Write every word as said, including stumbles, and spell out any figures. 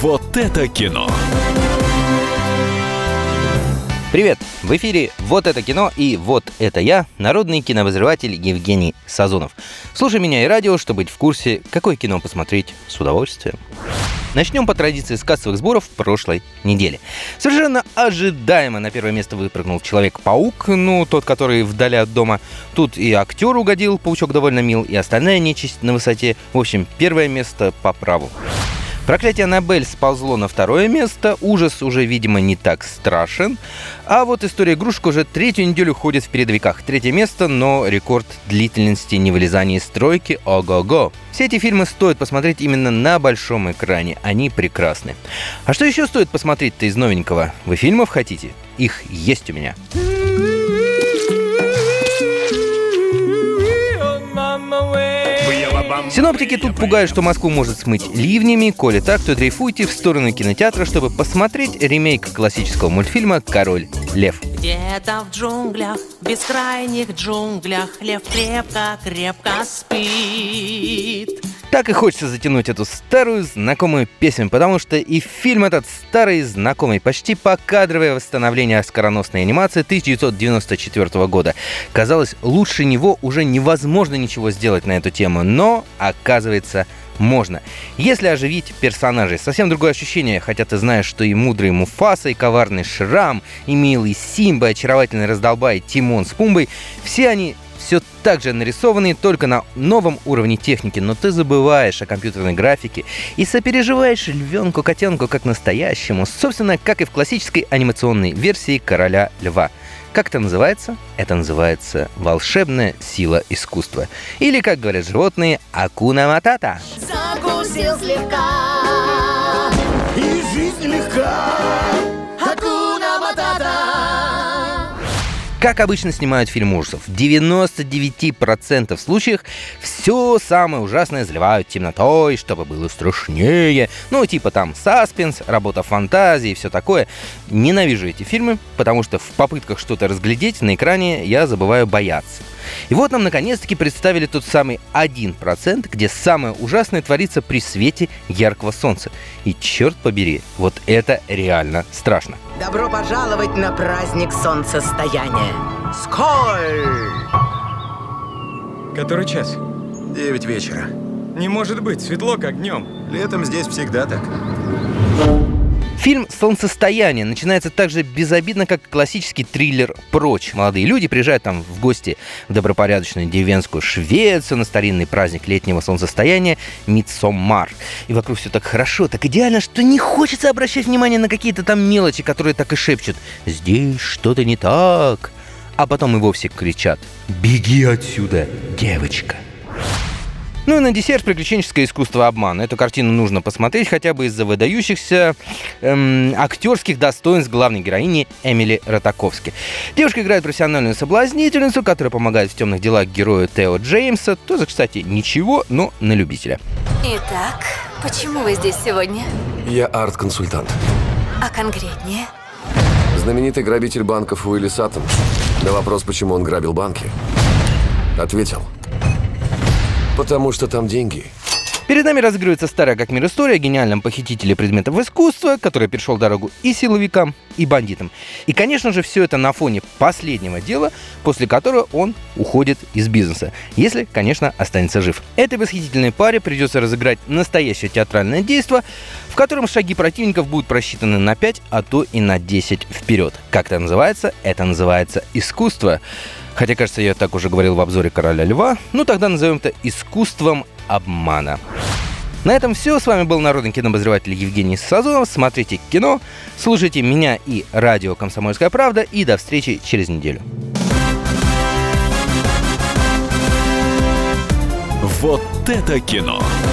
Вот это кино. Привет! В эфире «Вот это кино» и «Вот это я», народный кинообозреватель Евгений Сазонов. Слушай меня и радио, чтобы быть в курсе, какое кино посмотреть с удовольствием. Начнем по традиции с кассовых сборов прошлой недели. Совершенно ожидаемо на первое место выпрыгнул Человек-паук, ну, тот, который вдали от дома. Тут и актер угодил, паучок довольно мил, и остальная нечисть на высоте. В общем, первое место по праву. «Проклятие Аннабель» сползло на второе место, ужас уже, видимо, не так страшен. А вот «История игрушек» уже третью неделю ходит в передовиках. Третье место, но рекорд длительности невылезания из стройки. Ого-го! Все эти фильмы стоит посмотреть именно на большом экране, они прекрасны. А что еще стоит посмотреть-то из новенького? Вы фильмов хотите? Их есть у меня. Синоптики тут пугают, что Москву может смыть ливнями. Коли так, то дрейфуйте в сторону кинотеатра, чтобы посмотреть ремейк классического мультфильма «Король Лев». Где-то в джунглях, бескрайних джунглях, лев крепко-крепко спит. Так и хочется затянуть эту старую знакомую песню, потому что и фильм этот старый знакомый, почти покадровое восстановление оскароносной анимации тысяча девятьсот девяносто четвёртого года. Казалось, лучше него уже невозможно ничего сделать на эту тему, но, оказывается, можно. Если оживить персонажей, совсем другое ощущение, хотя ты знаешь, что и мудрый Муфаса, и коварный Шрам, и милый Симба, и очаровательный раздолбай Тимон с Пумбой, все они все так же нарисованные, только на новом уровне техники, но ты забываешь о компьютерной графике и сопереживаешь львенку-котенку как настоящему, собственно, как и в классической анимационной версии «Короля Льва». Как это называется? Это называется «Волшебная сила искусства». Или, как говорят животные, «Акуна Матата». Закусил слегка, и жизнь легка. Акуна Матата. Как обычно снимают фильм ужасов, в девяноста девяти процентах случаев все самое ужасное заливают темнотой, чтобы было страшнее. Ну, типа там саспенс, работа фантазии и все такое. Ненавижу эти фильмы, потому что в попытках что-то разглядеть на экране я забываю бояться. И вот нам наконец-таки представили тот самый один процент, где самое ужасное творится при свете яркого солнца. И черт побери, вот это реально страшно. Добро пожаловать на праздник солнцестояния. Сколь! Который час? Девять вечера. Не может быть, светло как днем. Летом здесь всегда так. Фильм «Солнцестояние» начинается так же безобидно, как классический триллер «Прочь». Молодые люди приезжают там в гости в добропорядочную деревенскую Швецию на старинный праздник летнего солнцестояния Мидсоммар. И вокруг все так хорошо, так идеально, что не хочется обращать внимание на какие-то там мелочи, которые так и шепчут: «Здесь что-то не так». А потом и вовсе кричат: «Беги отсюда, девочка». Ну и на десерт приключенческое искусство обмана. Эту картину нужно посмотреть хотя бы из-за выдающихся эм, актерских достоинств главной героини Эмили Ратаковски. Девушка играет профессиональную соблазнительницу, которая помогает в темных делах герою Тео Джеймса. Тоже, кстати, ничего, но на любителя. Итак, почему вы здесь сегодня? Я арт-консультант. А конкретнее? Знаменитый грабитель банков Уилли Саттон. На вопрос, почему он грабил банки, ответил: потому что там деньги. Перед нами разыгрывается старая как мир история о гениальном похитителе предметов искусства, который перешел дорогу и силовикам, и бандитам. И, конечно же, все это на фоне последнего дела, после которого он уходит из бизнеса. Если, конечно, останется жив. Этой восхитительной паре придется разыграть настоящее театральное действо, в котором шаги противников будут просчитаны на пять, а то и на десять вперед. Как это называется? Это называется искусство. Хотя, кажется, я так уже говорил в обзоре «Короля Льва». Ну, тогда назовем это искусством обмана. На этом все. С вами был народный кинообозреватель Евгений Сазонов. Смотрите кино, слушайте меня и радио «Комсомольская правда». И до встречи через неделю. Вот это кино.